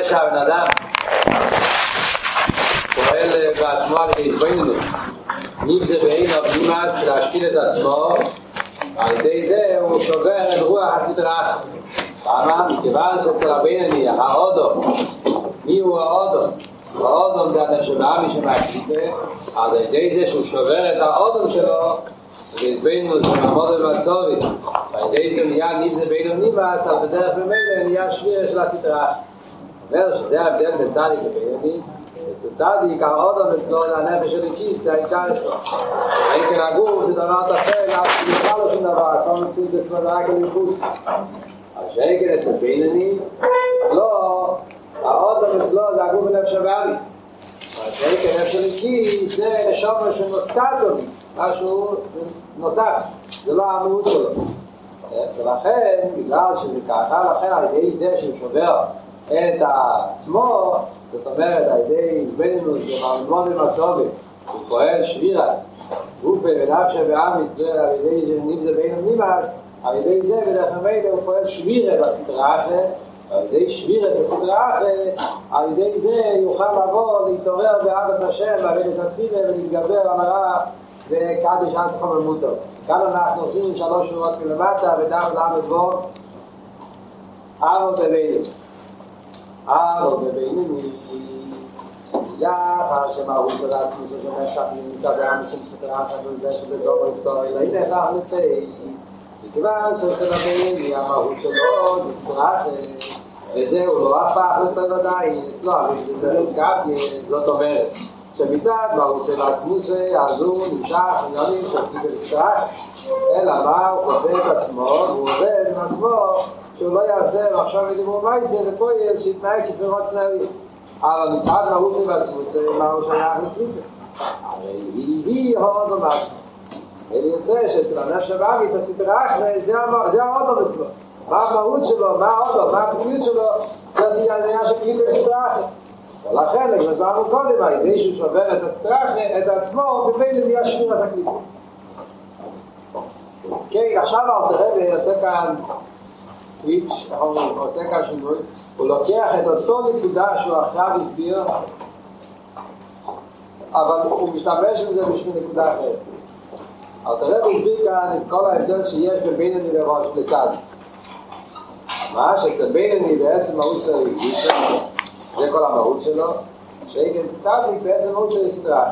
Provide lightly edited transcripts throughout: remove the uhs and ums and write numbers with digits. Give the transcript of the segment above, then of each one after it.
שהבן אדם פועל בעצמו על ידי התבוננות, אם זה בעין הפנימס להשפיל את עצמו, על ידי זה הוא שובר את רוח הסדרה. למה? מכיוון שאצל הבינוני האודום, מי הוא האודום? האודום זה הנשמה שמעשיתה, על ידי זה שהוא שובר את האודום שלו, והתבוננות זה מעמוד ומצובי, על ידי זה מיד אם זה בעין הפנימס, אז בדרך במילא נהיה שביר של הסדרה. אומר שזה ההבדל בין צדיק לבינוני. אצל צדיק האודום אצלו זה הנפש של הכיס, זה העיקר שלו. העיקר הגוף זה דבר תפל, אף שנקרא לו שום דבר, כל מציאות אצלו זה רק הליחוס. אז העיקר אצל בינוני, לא, האודום אצלו זה הגוף ונפש הבאמיס. אז העיקר נפש של הכיס זה נשמה שנוסד לו, משהו נוסף, זה לא המהות שלו. ולכן, בגלל שזה ככה, לכן על ידי זה ששובר את עצמו, זאת אומרת, על ידי התבוננות במעמוד ומצובי, הוא פועל שבירס, גופה ונפש ואמיס, על ידי אם זה בין הפנימס, על ידי זה בדרך המילא הוא פועל שבירה בסדרה אחרת, על ידי שבירס הסדרה אחרת, על ידי זה יוכל לבוא, להתעורר באבס השם, בעבודת התפילה ולהתגבר על הרע וקדש אנס חומר מוטו. כאן אנחנו עושים 3 שורות מלמטה ודף למדבור אבו בבינוני. אבו בבינוני יחר שמהות של עצמוס ושמשך נמצא בעם משום סתרה אחת וזה שבדור ובסור אלא הנה כך לתי מכיוון שאצל הבינוני המהות שלו זה סתרה אחת וזהו לא הפך לתוודאי אצלו אבל זאת אומרת שמצד מהות של עצמוס אז הוא נמשך עניינים של קיבל סתרה אלא מה הוא כופה את עצמו והוא עובד עם עצמו שהוא לא יעשה ועכשיו ידמו מייסה ופועל שיתנהג כפירות צנרים אבל מצד מהות בעצמוס מה הוא שייך לקליפה הרי היא האודום בעצמו אלה יוצא שאצל הנפש הבאמיס הסדרה זה האודום אצלו מה המהות שלו, מה האודום, מה הקליות שלו זה היה של קליפה בסדרה אחרת ולכן, כמו שאמרנו קודם, הידי שהוא שובר את הסדרה את עצמו ובאמת נהיה שביר את הקליפה כן, עכשיו הרב עושה כאן סוויץ', הוא עושה כאן שינוי הוא לוקח את אותו נקודה שהוא עכשיו הסביר אבל הוא משתמש עם זה בשביל נקודה אחרת הרב הסביר כאן את כל ההבדל שיש בין בינוני לראש לצד מה שאצל בינוני בעצם מהות של רגיש זה כל המהות שלו שגם צדיק בעצם מהות של סדרה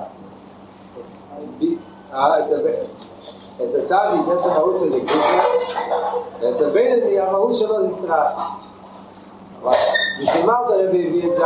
אצל צדיק בעצם מהות של רגיש ואצל בינוני המהות שלו זה סדרה בשביל מה הרב הביא את זה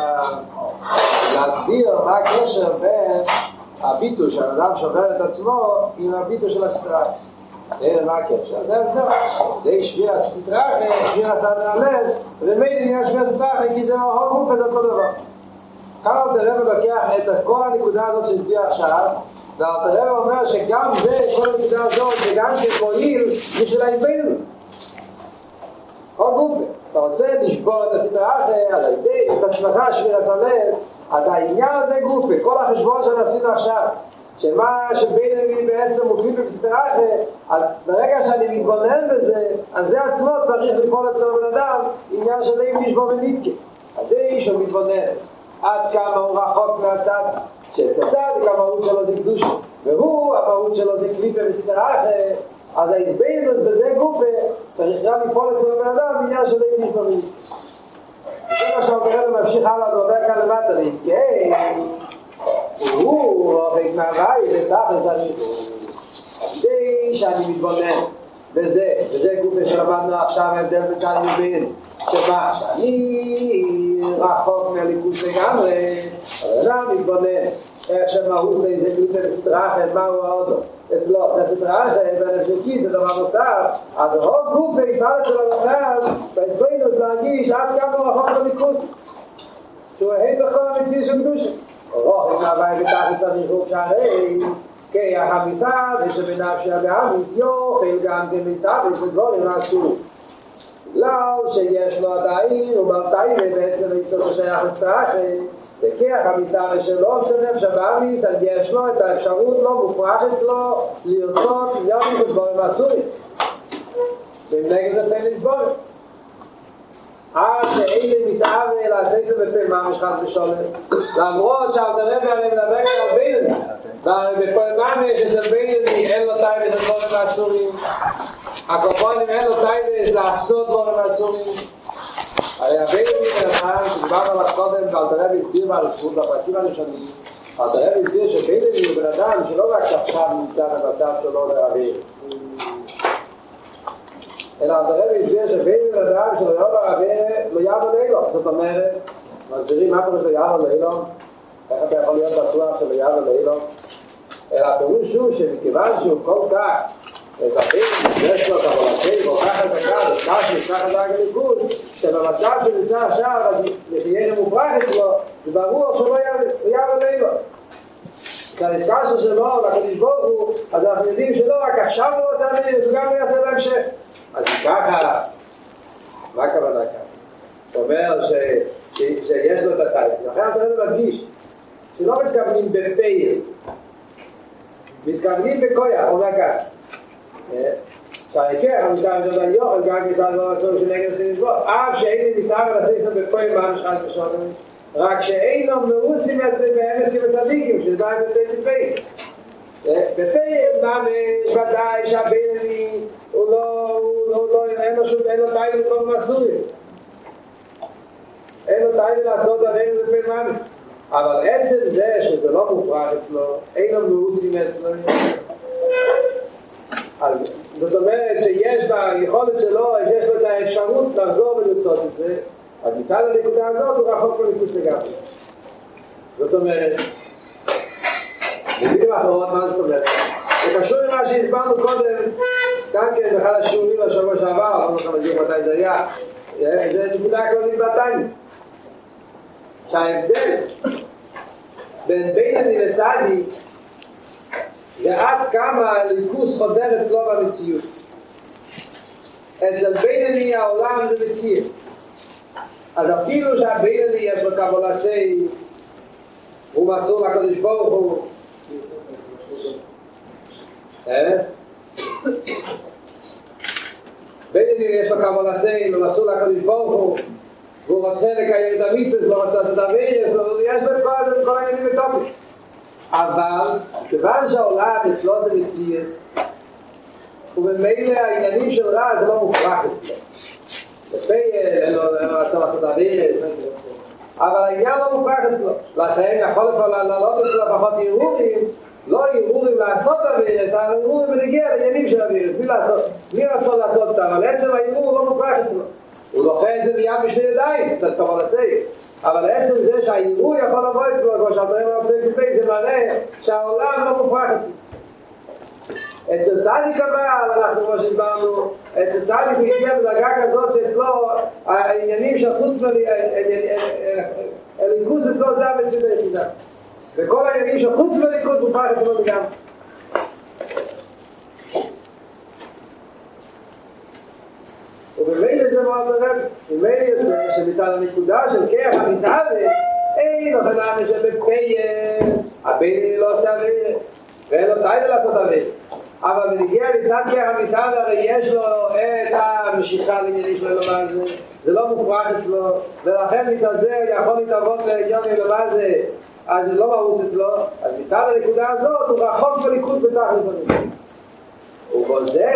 להסביר מה הקשר בין הביטוי שהאדם שובר את עצמו עם הביטוי של הסדרה מה הקשר? זה הסדרה זה שביר הסדרה, שביר הסדרה הלב ומילא נהיה שביר הסדרה כי זה הכל גוף וזה אותו דבר כאן הרב לוקח את כל הנקודה הזאת שהסביר עכשיו והרב אומר שגם זה, כל הנקודה הזאת זה גם כפועיל בשביל ההתבוננות עוד גוף אתה רוצה לשבור את הסדרה על הידי את עצמך שביר הסלב אז העניין הזה גוף כל החשבון שעשינו עכשיו שמה שבינוני בעצם מוביל בסדרה אז ברגע שאני מתבונן בזה אז זה עצמו צריך לפעול אצל הבן אדם עניין של אם נשבור ונתקה עדי שהוא מתבונן עד כמה הוא רחוק מהצד שאצל צדיק המהות שלו זה קדושה והוא המהות שלו זה קליפה בסדרה אז ההסביננות בזה גופה צריך גם לפעול אצל הבן אדם עניין של אם נשבור ונתקה וזה מה שאומר ממשיך הלאה ועובר כאן למטה להתקה הוא רוחק מהבית ותחת הריחוק די שאני מתבונן וזה גופה שלמדנו עכשיו ההבדל בצד מבין שמה שאני רחוק מהליכוס לגמרי אבל אני מתבונן איך שמהות זה גופה בסדרה אחרת מהו האודום אצלו זה סדרה אחרת והנפשקי זה דבר נוסף אז עוד גופה יפעל אצל הרמב"ם והתבוננות להרגיש עד כמה הוא רחוק מהליכוס שהוא ההד בכל המציאות של קדושה רוחק מהבית ותחת הריחוק שהרי כיח המסעד ושבנפשי הבאמיס יוכל גם כמסעד ושדבורים אסור בגלל שיש לו עדיין ובלתאים בעצם אצלו שייך לסדרה וכיח המסעד שלו שנפש הבאמיס אז יש לו את האפשרות לא מופרך אצלו לרצות יומים ושדבורים אסורים ונגד רצי לדבורים עד שאין מסעב לעשה בפה ממש חס ושלום למרות שהרבי הרי מדבר על בינוני ובכל ממש אצל בינוני אין לו טייבס לדברים האסורים הקורבנים אין לו טייבס לעשות דברים האסורים הרי הבינוני בנאמן שדיברנו עליו קודם והרבי הסביר בהרחבות בפרקים הראשונים הרבי הסביר שבינוני הוא בן אדם שלא רק עכשיו נמצא במצב שלו לרבי אלא הרבי הסביר שבינוני בן אדם שלא יבוא לרבי לא יבוא לאילו זאת אומרת מסבירים מה קורה שלא יבוא לאילו איך אתה יכול להיות בטוח שלא יבוא לאילו אלא הפירוש הוא שמכיוון שהוא כל כך יש לו כבולתי והוכח את הקד, נשכח את הליכוז שבמצב שנמצא עכשיו אז יהיה מופרח אצלו וברור שלא יבוא לאילו כשהנזכר שלו לקדוש ברוך הוא אז אנחנו יודעים שלא רק עכשיו הוא עושה זה גם לא יעשה בהמשך אז ככה מה הכוונה כאן? זאת אומרת שיש לו את הטייס לכן אתה מדגיש שלא מתכוונים בפייל מתכוונים בקויה אומר כאן שהעיקר המסער של היוכל גם כיסד לא לעשות שנגד עושים לסבור אף שאין ניסה ולעשיסם בקויה ממש חד פשוטים רק שאינו מאוסים אצלי באמס כבצדיקים שדאי בתת פייל בפייל ממש ודאי שהבינני הוא לא אין לו טייל לדברים אסורים אין לו טייל לעשות דברים בפייל ממש אבל עצם זה שזה לא מופרח אצלו אין לו מאוסים אצלו אז זאת אומרת שיש ביכולת שלו יש לו את האפשרות לחזור ולצות את זה אז מצד הנקודה הזאת הוא רחוק מניקוס לגמרי זאת אומרת במילים אחרות מה זאת אומרת זה קשור למה שהסברנו קודם גם כן באחד השיעורים בשבוע שעבר אנחנו לא חמדים מתי זה היה זה נקודה כללית בתניא שההבדל בין בינוני לצדיק זה עד כמה הליכוס חודר אצלו במציאות אצל בינוני העולם זה מציאות אז אפילו שהבינוני יש לו קבולסי הוא מסור לקדוש ברוך הוא בינוני יש לו קבולסי ומסור לקדוש ברוך הוא והוא רוצה לקיים את המצוות והוא רוצה לעשות אבירס יש לו את כל העניינים בתוקף אבל כיוון שהעולם אצלו זה מציאות ובמילא העניינים של עולם זה לא מופרח אצלו בפייל, לא רצה לעשות אבירס אבל העניין לא מופרח אצלו לכן יכול לעלות אצלו פחות ערעורים לא ערעורים לעשות אבירס אבל ערעורים ולהגיע לעניינים של אבירס בלי רצון לעשות אותם אבל עצם הערעור לא מופרח אצלו הוא לוחה את זה מיד בשני ידיים קצת כמובן לסייף אבל עצם זה שהערעור יכול לבוא אצלו כמו שהדברים הפי זה מראה שהעולם לא מופרח אצלו אצל צדיק אבל אנחנו כמו שהסברנו אצל צדיק הוא הגיע בדרגה כזאת שאצלו העניינים של חוץ הליכוז אצלו זה המציאות היחידה וכל העניינים של חוץ מהליכוז מופרח אצלו גם ובמילא זה מאוד מרב במילא יוצא שמצד הנקודה של כיח המסעבה אין לו חנמה שבפייל הבינוני לא עושה אבירס ואין לו טייל לעשות אבירס אבל בנגיע מצד כיח המסעבה הרי יש לו את המשיכה לעניינים שלו למה זה לא מופרח אצלו ולכן מצד זה יכול להתעבוד לעניינים למה זה אז זה לא מאוס אצלו אז מצד הנקודה הזאת הוא רחוק בליכוז בתכלס הנקודה ובזה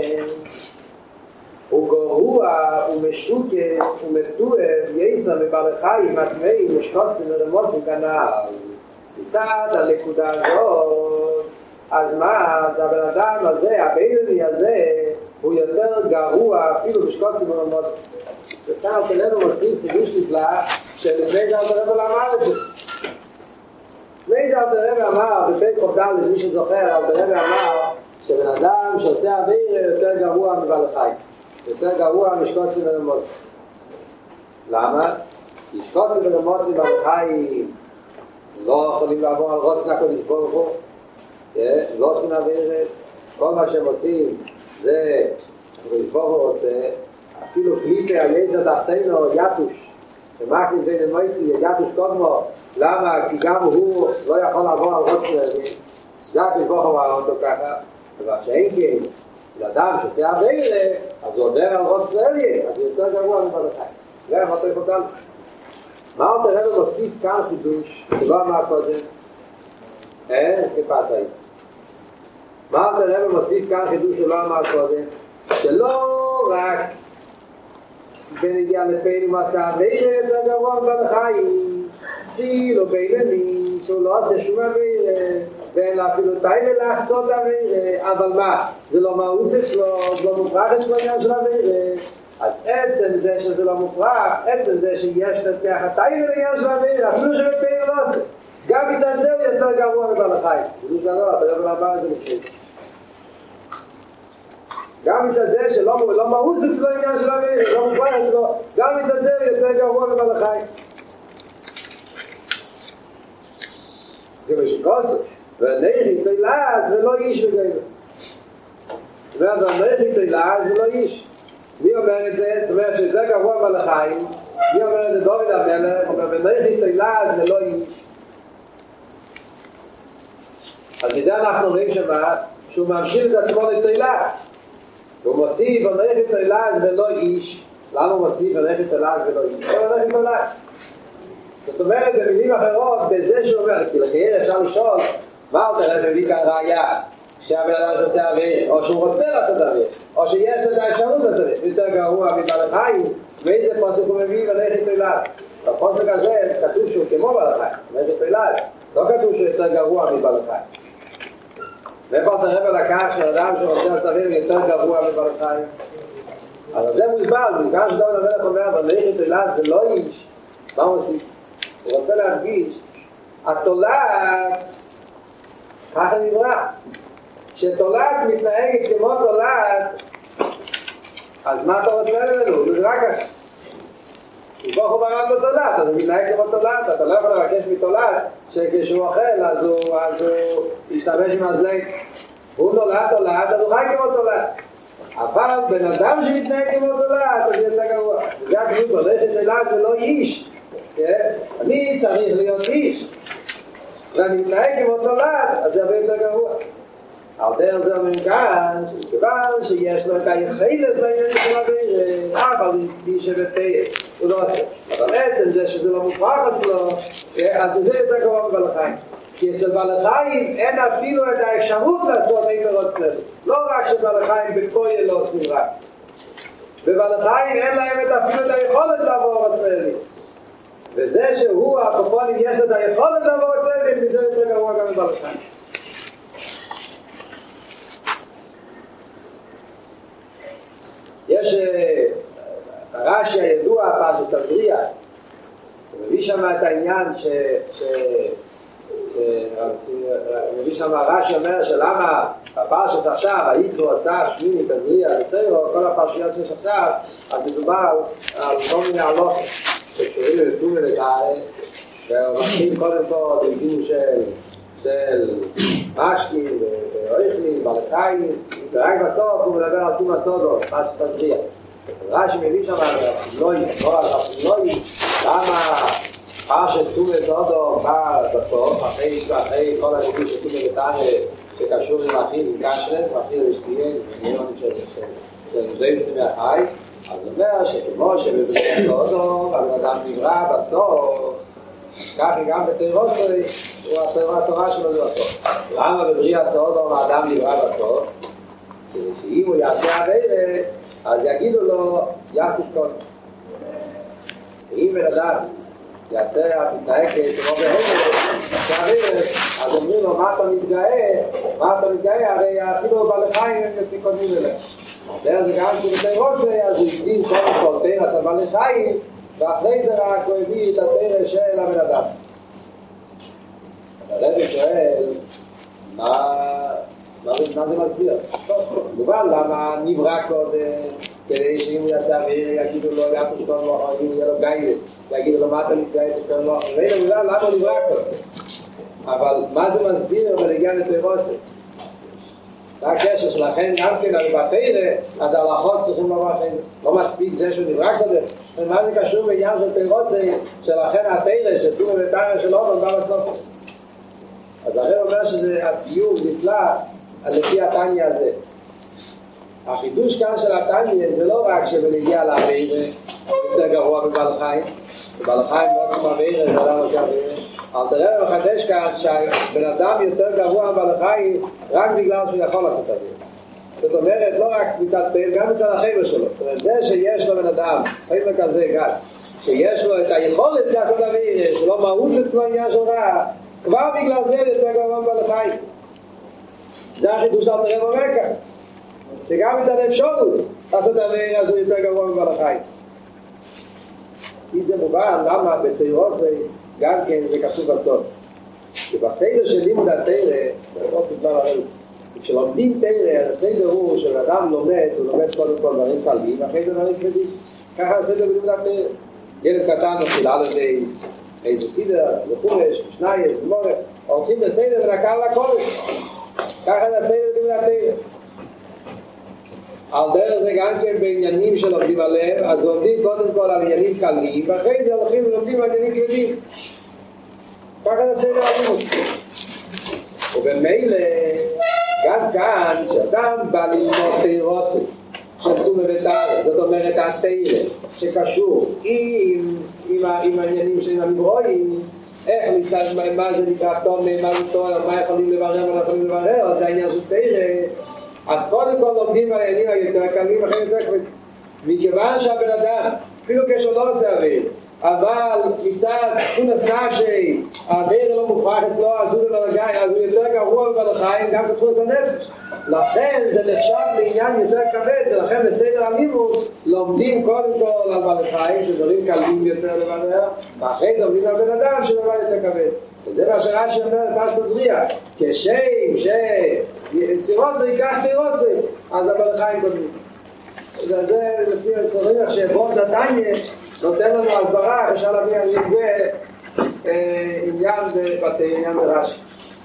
הוא גרוע, הוא משוקס, הוא מתואב, יסע מבעל חיים, מטמאי, משקוצים ורמוסים כנעל. מצד הנקודה הזאת, אז מה? אז הבן אדם הזה, הבינוני הזה, הוא יותר גרוע, אפילו משקוצים ורמוסים. וכאן אצלנו מוסיף חידוש נפלא, שלפני זה אלתר רבי אמר את זה. לפני זה אלתר רבי אמר, בפרק ק"ד, מי שזוכר, אלתר רבי אמר, שבן אדם שעושה אוויר יותר גרוע מבעל חיים. יותר גרוע משקוצים ורמוסים. למה? כי שקוצים ורמוסים בחיים לא יכולים לעבור על רוצן הקדוש ברוך הוא, לא עושים אבירס, כל מה שהם עושים זה הקדוש ברוך הוא רוצה, אפילו קליפי היזר תחתינו יתוש, ומכניס בין המויצי יתוש קודמו, למה? כי גם הוא לא יכול לעבור על רוצן אבירס, זה הקדוש ברוך הוא ראה אותו ככה, אבל שאין כן לאדם שעושה אבירה, אז הוא עובר על רוצן אליה, אז הוא יותר גרוע מבעל חיים. נראה מה תויף אותנו. מה עוד הרב מוסיף כאן חידוש, שלא אמר קודם? כפס היית. מה עוד הרב מוסיף כאן חידוש שלא אמר קודם? שלא רק בנגיע לפעמים עשה ואירה יותר גבוה מבעל החיים, אפילו בינוני, שהוא לא עושה שום אווירה, ואין לה אפילו טייבה לעשות אווירה, אבל מה? זה לא מהות אצלו, זה לא מופרח אצלו עניין של אווירה. אז עצם זה שזה לא מופרח, עצם זה שיש לתקח הטייבה לעניין של אווירה, אפילו שבפעמים לא עושה. גם מצד זה הוא יותר גבוה מבעל החיים. זה לא, אתה לא אמר את זה לפני. גם מצד זה שלא מהות אצלו עניין של אווירה, לא מופרח אצלו, גם מצד זה הוא יותר גבוה מבעל החיים. זה משקוסו. ונכי תילאז ולא איש וגבר. ונכי תילאז ולא איש. מי אומר את זה? זאת אומרת שזה גבוה בעל החיים. מי אומר את זה? דוד המלך. אומר ונכי תילאז ולא איש. אז מזה אנחנו רואים שהוא ממשיל את עצמו לתילאז. הוא מוסיף ונכי תילאז ולא איש. למה הוא מוסיף ונכי תילאז ולא איש? ונכי תילאז. זאת אומרת במילים אחרות, בזה שהוא אומר, כי לכאילו אפשר לשאול מה עוד הרב מביא כאן ראייה שהבן אדם שעושה אוויר, או שהוא רוצה לעשות אוויר, או שיש לו את האפשרות הזאת, יותר גרוע מבעל החיים, ואיזה פסוק הוא מביא ולכי תילאז. בפסוק הזה כתוב שהוא כמו בעל החיים, לכי תילאז, לא כתוב שהוא יותר גרוע מבעל החיים. ואיפה אתה רב לקח שאדם שרוצה לעשות אוויר יותר גרוע מבעל החיים? אז זה מוסבר, בגלל שדוד המלך אומר, ולכי תילאז ולא איש, מה הוא עושה? הוא רוצה להדגיש, התולעת, ככה נברא, שתולעת מתנהגת כמו תולעת, אז מה אתה רוצה ממנו? זה רק ככה. ובוא הוא ברא לו תולעת, אז הוא מתנהג כמו תולעת, אתה לא יכול לבקש מתולעת, שכשהוא אוכל, אז הוא ישתמש עם הזלג. הוא נולד תולעת, אז הוא חי כמו תולעת. אבל בן אדם שמתנהג כמו תולעת, אז זה יותר גרוע. זה הכנות, הולך את תולעת ולא איש. אני צריך להיות איש ואני מתנהג כמו תולעת, אז זה הרבה יותר גרוע. על דרך זה אומרים כאן שכיוון שיש לו את היחילת לעניין של אוויר, אבל מי שבפייל הוא לא עושה, אבל עצם זה שזה לא מופרח אצלו, אז זה יותר גרוע מבעל החיים, כי אצל בעל החיים אין אפילו את האפשרות לעשות עבר אצלנו. לא רק שבעל החיים בפועל לא עושים רק, בבעל החיים אין להם אפילו את היכולת לעבור אצלנו, וזה שהוא, הקופונים, יש לו את היכולת לעבור את צדק, וזה יותר גרוע גם מבעל החיים. יש הרש"י הידוע, פרשת תזריע, הוא מביא שם את העניין מביא שם הרש"י אומר שלמה הפרשת עכשיו, היקרו, הצף, שמיני, תזריע, וצרו, כל הפרשיות שיש עכשיו, אז מדובר על כל מיני הלוכות. שקוראים לתום ולקאי, ומתחיל קודם כל בדינים של משקים ואויכלים, בלחיים, ורק בסוף הוא מדבר על תום הסודות, מה שתזריע. רש"י מביא שם לא למה פרשת תום הסודות בא בסוף, אחרי כל הדינים של תום ולקאי שקשור עם אחיו, עם קשרס, ואחיו לשתיין, ומיליונים של זייצים מהחי, אז הוא אומר שכמו שבבריאת סודום, הבן אדם נברא בסוף, כך גם בתירוסי, התורה שלו זה בסוף. למה בבריאת סודום האדם נברא בסוף? כדי שאם הוא יעשה אווירה, אז יגידו לו, יחוש קודם. ואם בן אדם יעשה, מתנהג כמו בהמר, יעשה אווירה, אז אומרים לו, מה אתה מתגאה? הרי אפילו בעלי חיים הם קודמים אליהם. דרך זה גם שבתירוסי, אז הוא הקדים קודם כל תרס הבעלי חיים, ואחרי זה רק הוא הביא את התרס של הבן אדם. הרבי שואל, מה זה מסביר? מובן למה נברא קודם, כדי שאם הוא יעשה אוויר יגידו לו יחוש קודם לו, או אם יהיה לו גייבת, יגידו לו מה אתה מתגאה קודם לו, ואין מובן למה הוא נברא קודם. אבל מה זה מסביר בנגיעה לתירוסי? זה הקשר שלכן גם כן על בתירה, אז ההלכות צריכים לומר לכם, לא מספיק זה שהוא נברא קודם. מה זה קשור בעניין של תירוסי, שלכן התירה, שתום ובתירה של אודום בא בסוף. אז הרב אומר שזה הטיוב נפלא לפי התניא הזה. החידוש כאן של התניא זה לא רק שבנגיע לעבירה יותר גרוע מבעל חיים, בבעל חיים לא עושים עבירה, ואדם עושה עבירה. אבל תראה מחדש כאן שהבן אדם יותר גרוע מבעל חיים רק בגלל שהוא יכול לעשות עבירה. זאת אומרת, לא רק מצד פעיל, גם מצד החבר שלו. זאת אומרת, זה שיש לו בן אדם, חיים כזה גס, שיש לו את היכולת לעשות עבירה, שלא מאוס אצלו עניין של רע, כבר בגלל זה יותר גרוע מבעל חיים. זה החידוש של תראה במקה. שגם מצד האפשרות לעשות עבירה אז הוא יותר גרוע מבעל חיים. כי זה מובן, למה בתירוס גם כן זה כתוב בסוף. ובסדר של לימוד התורה, כשלומדים תורה, הסדר הוא שאדם לומד, הוא לומד קודם כל דברים קלים, ואחרי זה דברים כבדים. ככה הסדר בלימוד התורה. ילד קטן נוכל על הדייס, איזה סדר, לחומש, שנייס, ומורה, הולכים בסדר ונקל לקודש. ככה זה הסדר בלימוד התורה. על דרך זה גם כן בעניינים שלומדים עליהם, אז לומדים קודם כל על עניינים קלים, ואחרי זה הולכים ולומדים על עניינים כבדים. ככה זה סדר הלימוד. ובמילא, גם כאן, כשאדם בא ללמוד תירוסת של תומה ותארה, זאת אומרת התירה, שקשור עם העניינים של הנברואים, איך להסתכל, מה זה נקרא תומה, מה זה תורה, מה יכולים לברר, מה יכולים לברר, זה העניין של תירה, אז קודם כל לומדים על העניינים היותר קלים, אחרי יותר כבדים. מכיוון שהבן אדם, אפילו כשהוא לא עושה עביר, אבל מצד תכונס נפשי, העביר לא מוכרח אצלו, אז הוא יותר גרוע מבעל חיים, גם זה תכונס הנפש. לכן זה נחשב לעניין יותר כבד, ולכן בסדר הלימוד לומדים קודם כל על בעל חיים, שדברים קלים יותר לברר, ואחרי זה לומדים על בן אדם שדבר יותר כבד. וזה מה שרש"י אומר פשט הזריע, כשם שצירוסי ייקח תירוסי, אז הבעל חיים קודמים. זה לפי הצורך שבו נתניה נותן לנו הסברה, אפשר להביא על זה עניין ברש"י.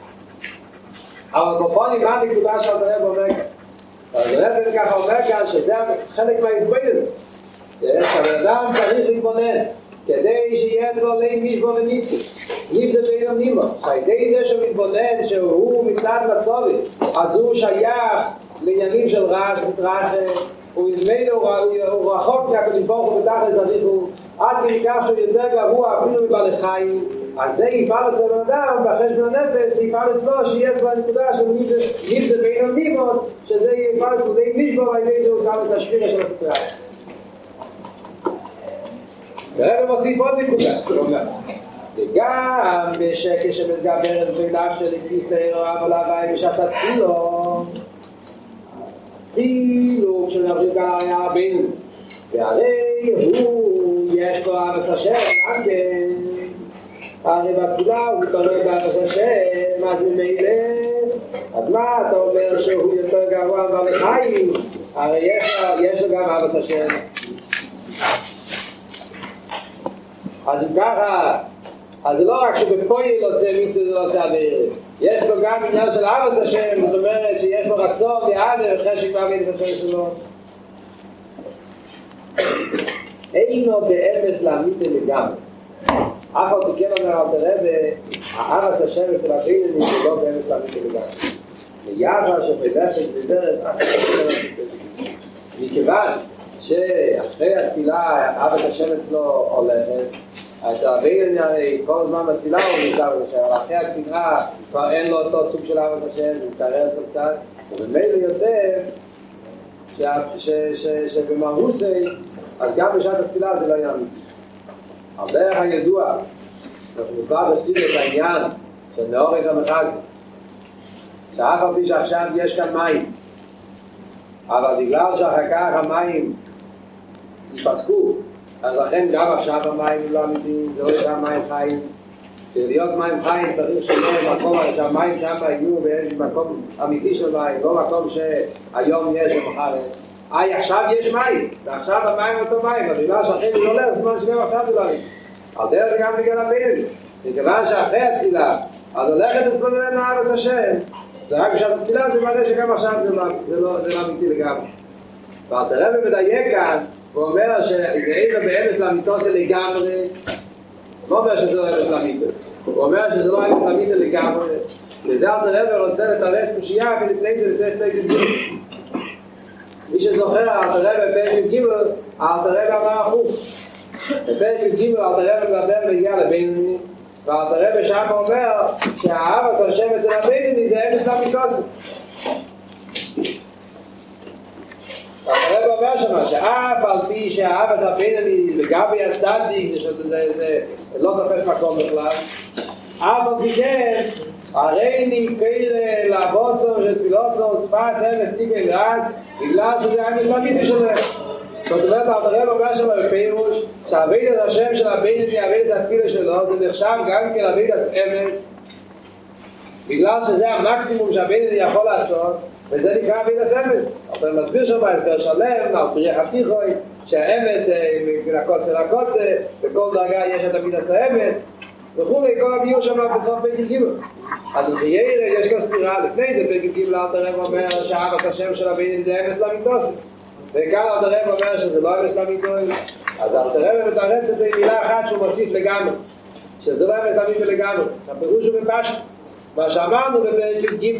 אבל בפונים מה הנקודה של הרב אומר כאן? הרב ככה אומר כאן שזה חלק מההסביר. שהבן אדם צריך להתבונן כדי שיהיה לו לי מישבו וניסו. ניסו ואינם נימוס. שהידי זה שמתבונן שהוא מצד מצובי, אז הוא שייך לעניינים של רעש מתרחש, הוא רחוק מהקדוש ברוך הוא בתכלס הריחו, עד כדי כך שהוא יותר גרוע אפילו מבעל חיים. אז זה יפעל אצל אדם בחשבון הנפש, יפעל אצלו שיש לו הנקודה של ניבזה ואינם נימוס, שזה יפעל אצלו די מישבו והידי זה הוא גם את השבירה של הספרה. ורב מוסיף עוד נקודה, וגם כשמסגברת בנף של איסטר אבל הווי בשעת תפילו כשמדברים כאן היה רבינו, והרי הוא יש לו אבס השם גם כן, הרי בתפילה הוא מתעורר באבס השם, אז ממילא, אז מה אתה אומר שהוא יותר גרוע מבעל חיים? הרי יש לו גם אבס השם. אז אם ככה, אז זה לא רק שבפועל עושה מצווה, זה לא עושה עבירה. יש לו גם עניין של אבס השם, זאת אומרת שיש לו רצון ועוול וחשק מעביד את השם שלו. אינו באמס להמיתה לגמרי. אף על תיקן אומר על תראה, האבס השם אצל הבינים זה לא באמס להמיתה לגמרי. מיחד שבדפק ודרס, אף על תיקן להמיתה. מכיוון שאחרי התפילה אבס השם אצלו הולכת, אז הבינים הרי כל הזמן בתפילה הוא נמצא בזה, אבל אחרי התפילה כבר אין לו אותו סוג של אבס השם, הוא מתערר אותו קצת, ובמילא יוצא שבמרוסי, אז גם בשעת התפילה זה לא יעמיד. על דרך הידוע, אנחנו כבר עושים את העניין של נאורס המחזי, שאף על פי שעכשיו יש כאן מים, אבל בגלל שאחר כך המים ייפסקו, אז לכן גם עכשיו המים לא אמיתיים, זה לא שם מים חיים. להיות מים חיים צריך שיהיה מקום, שהמים שם יהיו במקום אמיתי של מים, לא מקום שהיום יש ומחר אין. עכשיו יש מים, ועכשיו המים אותו מים, אבל בגלל שאחרי זה לא לרס זמן שגם עכשיו זה לא אמיתי. על דרך זה גם בגלל הבינים. מכיוון שאחרי התפילה, אז הולכת את כל מיני אבס השם, זה רק בשעת התפילה זה מראה שגם עכשיו זה לא אמיתי לגמרי. ואל תראה ומדייק כאן, הוא אומר שזה אינו באמס לאמיתו זה לגמרי, הוא לא אומר שזה לא אמס לאמיתו, הוא אומר שזה לא אמס לאמיתו לגמרי, וזה אל תראה ורוצה לתרס קושייה ולפני זה לסף תגיד. מי שזוכר, אלתר רבי בפרק י"ג, אלתר רבי אמר הפוך. בפרק י"ג אלתר רבי מדבר והגיע לבינוני, ואלתר רבי שם אומר שהאהבת השם אצל הבינוני זה אמס לאמיתוסי. אלתר רבי אומר שמה, שאף על פי שהאהבת הבינוני לגבי הצדיק, זה לא תופס מקום בכלל, אף על פי כן, הרי נקרא לבוסו של פילוסוף ספס אמס תיקי גרד, בגלל שזה אמס לאמיתי שלהם. זאת אומרת, אלתר רבי אומר שם בפירוש שהעבודת השם של הבינוני, עבודת התפילה שלו, זה נחשב גם כעבודת אמס, בגלל שזה המקסימום שהבינוני יכול לעשות, וזה נקרא עבודת אמס. אתה מסביר שם הסבר שלם, על פרי חתיכוי, שהאמס מן הקוצר לקוצר, בכל דרגה יש את עבודת האמס, וכולי, כל הביור שם בסוף פרק י"ג. אז לחיירא יש כאן סתירה, לפני זה פרק י"ג אלתר רבי אומר שהאהבת השם של הבינוני זה אמס לאמיתוסי. וכאן אלתר רבי אומר שזה לא אמס לאמיתוסי. אז אלתר רבי מתרץ את זה עם מילה אחת שהוא מוסיף לגמרי, שזה לא אמס לאמיתוסי לגמרי. הפירוש הוא בפשט. מה שאמרנו בפרק י"ג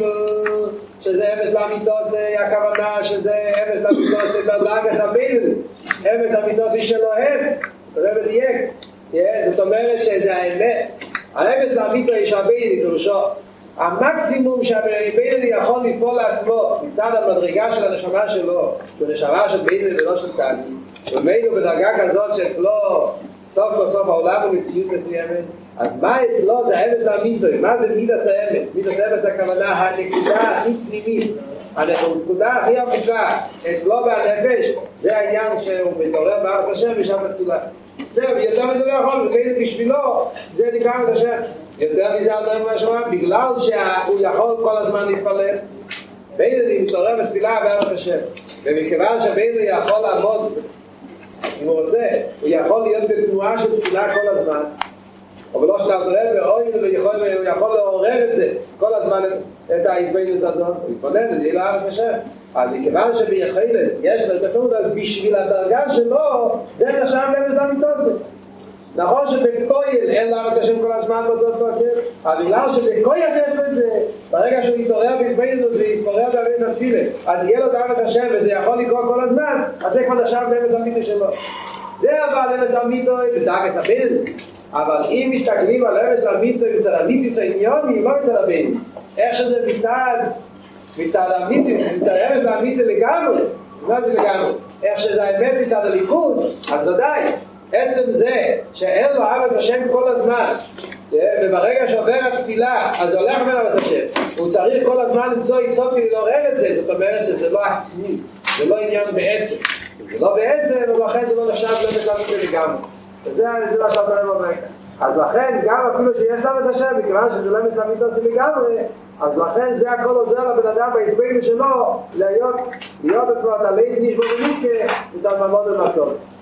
שזה אמס לאמיתוסי, הכוונה שזה אמס לאמיתוסי בדרגת הבינוני, אמס לאמיתוסי שלהם. אלתר רבי דייק. זאת אומרת שזה האמת. האמס לאמיתוסי של הבינוני פירושו המקסימום שהבינוני יכול לפעול לעצמו מצד המדרגה של הנשמה שלו, שהוא נשמה של בינוני ולא של צדיק, ומילא בדרגה כזאת שאצלו סוף בסוף העולם הוא מציאות מסוימת, אז מה אצלו זה האמס לאמיתוסי? מה זה מידס האמס? מידס האמס הכוונה הנקודה הכי פנימית, הנקודה הכי עמוקה אצלו בנפש, זה העניין שהוא מתעורר בארץ השם בשעת התפילה. זהו, יותר מזה לא יכול, וכאילו בשבילו זה נקרא את השם. יותר מזה אלתר רבי אומר, בגלל שהוא יכול כל הזמן להתפלל, בינוני מתעורר בתפילה בארץ השם, ומכיוון שבינוני יכול לעמוד, אם הוא רוצה, הוא יכול להיות בתנועה של תפילה כל הזמן, אבל לא שאלתר רבי הוא יכול לעורר את זה כל הזמן, את ההסבינוס אדון, הוא יתפלל וזה יהיה לארץ השם. אז מכיוון שביחילס יש לו את הפירוט, אז בשביל הדרגה שלו זה נחשב אמס לאמיתוסי. נכון שבכויל אין לארץ השם כל הזמן באותו תוקף, אבל בגלל שבכויל יש לו את זה, ברגע שהוא יתעורר בהסבינוס ויתפורר באמס התפילה, אז יהיה לו את אמס השם וזה יכול לקרות כל הזמן, אז זה כבר נחשב לאמס האמיתי שלו. זה אבל אמס האמיתוסי בדרגת הבינוני. אבל אם מסתכלים על אמס לאמיתוסי מצד אמיתיס העניוני, לא מצד הבינוני. איך שזה מצד האמיתי, מצד האמס לאמיתי לגמרי, איך שזה האמת מצד הליכוז, אז ודאי, עצם זה שאין לו אהבת השם כל הזמן, וברגע שעובר התפילה, אז הולך מן אהבת השם, הוא צריך כל הזמן למצוא עצות כדי לעורר את זה, זאת אומרת שזה לא עצמי, זה לא עניין בעצם, זה לא בעצם, ולכן זה לא נחשב לאמס לאמיתי לגמרי. וזה מה שאתה אומר כאן. אז לכן, גם אפילו שיש אהבת השם, מכיוון שזה לא אמס לאמיתוסי לגמרי, אז לכן זה הכל עוזר לבן אדם בהסבינוס שלו להיות אצלו את הלב נשבו ומיקה, את הממוד ומצור.